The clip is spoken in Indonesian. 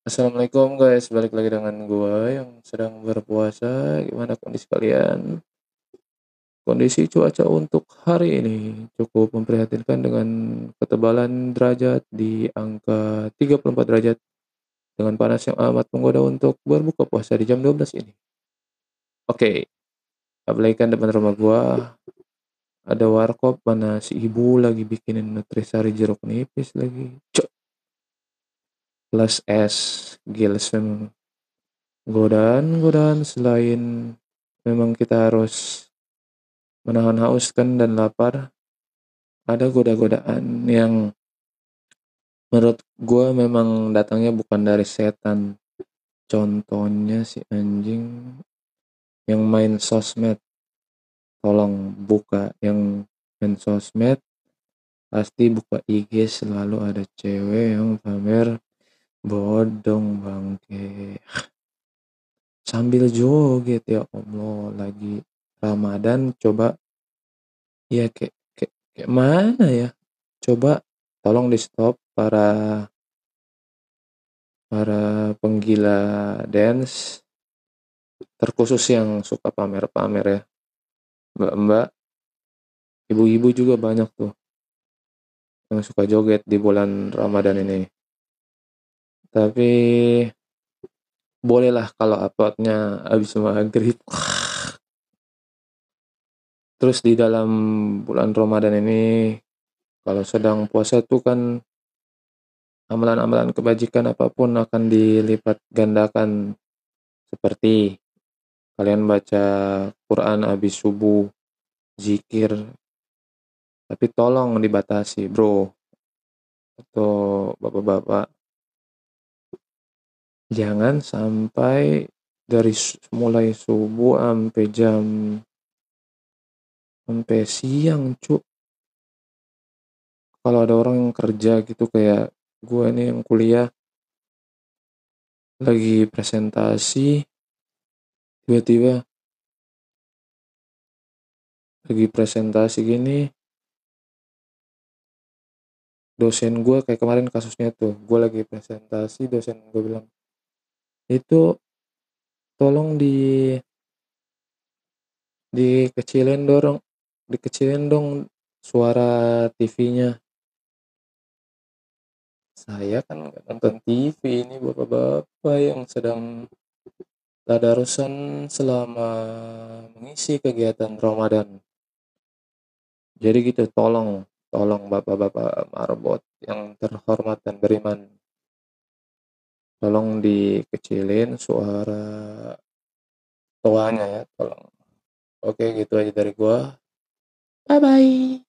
Assalamualaikum guys, balik lagi dengan gua yang sedang berpuasa. Gimana kondisi kalian? Kondisi cuaca untuk hari ini cukup memprihatinkan dengan ketebalan derajat di angka 34 derajat dengan panas yang amat menggoda untuk berbuka puasa di jam 12 ini. Oke, apalagi kan depan rumah gua ada warkop mana si ibu lagi bikinin nutrisari jeruk nipis lagi. Cok, plus es, gils memang. Godaan-godaan selain memang kita harus menahan haus kan dan lapar, ada goda-godaan yang menurut gue memang datangnya bukan dari setan. Contohnya si anjing yang main sosmed. Tolong buka yang main sosmed, pasti buka IG selalu ada cewek yang pamer bodong bangke. Sambil joget, ya Allah, lagi Ramadan. Coba ya kayak mana ya? Coba tolong di stop para para penggila dance, terkhusus yang suka pamer-pamer ya. Mbak-mbak, ibu-ibu juga banyak tuh yang suka joget di bulan Ramadan ini. Tapi bolehlah kalau uploadnya habis maghrib. Terus di dalam bulan Ramadan ini, kalau sedang puasa tuh kan amalan-amalan kebajikan apapun akan dilipat gandakan. Seperti kalian baca Quran habis subuh, zikir, tapi tolong dibatasi bro, atau bapak-bapak, jangan sampai dari mulai subuh sampai siang cuk. Kalau ada orang yang kerja gitu kayak gue nih yang kuliah lagi presentasi, tiba-tiba lagi presentasi gini, dosen gue kayak kemarin kasusnya tuh, gue lagi presentasi, dosen gue bilang itu tolong dikecilin dong suara TV-nya. Saya kan nggak nonton TV, ini bapak-bapak yang sedang tadarusan selama mengisi kegiatan Ramadan. Jadi gitu, tolong bapak-bapak marbot yang terhormat dan beriman, tolong dikecilin suara tuanya ya, tolong. Oke, gitu aja dari gua. Bye bye.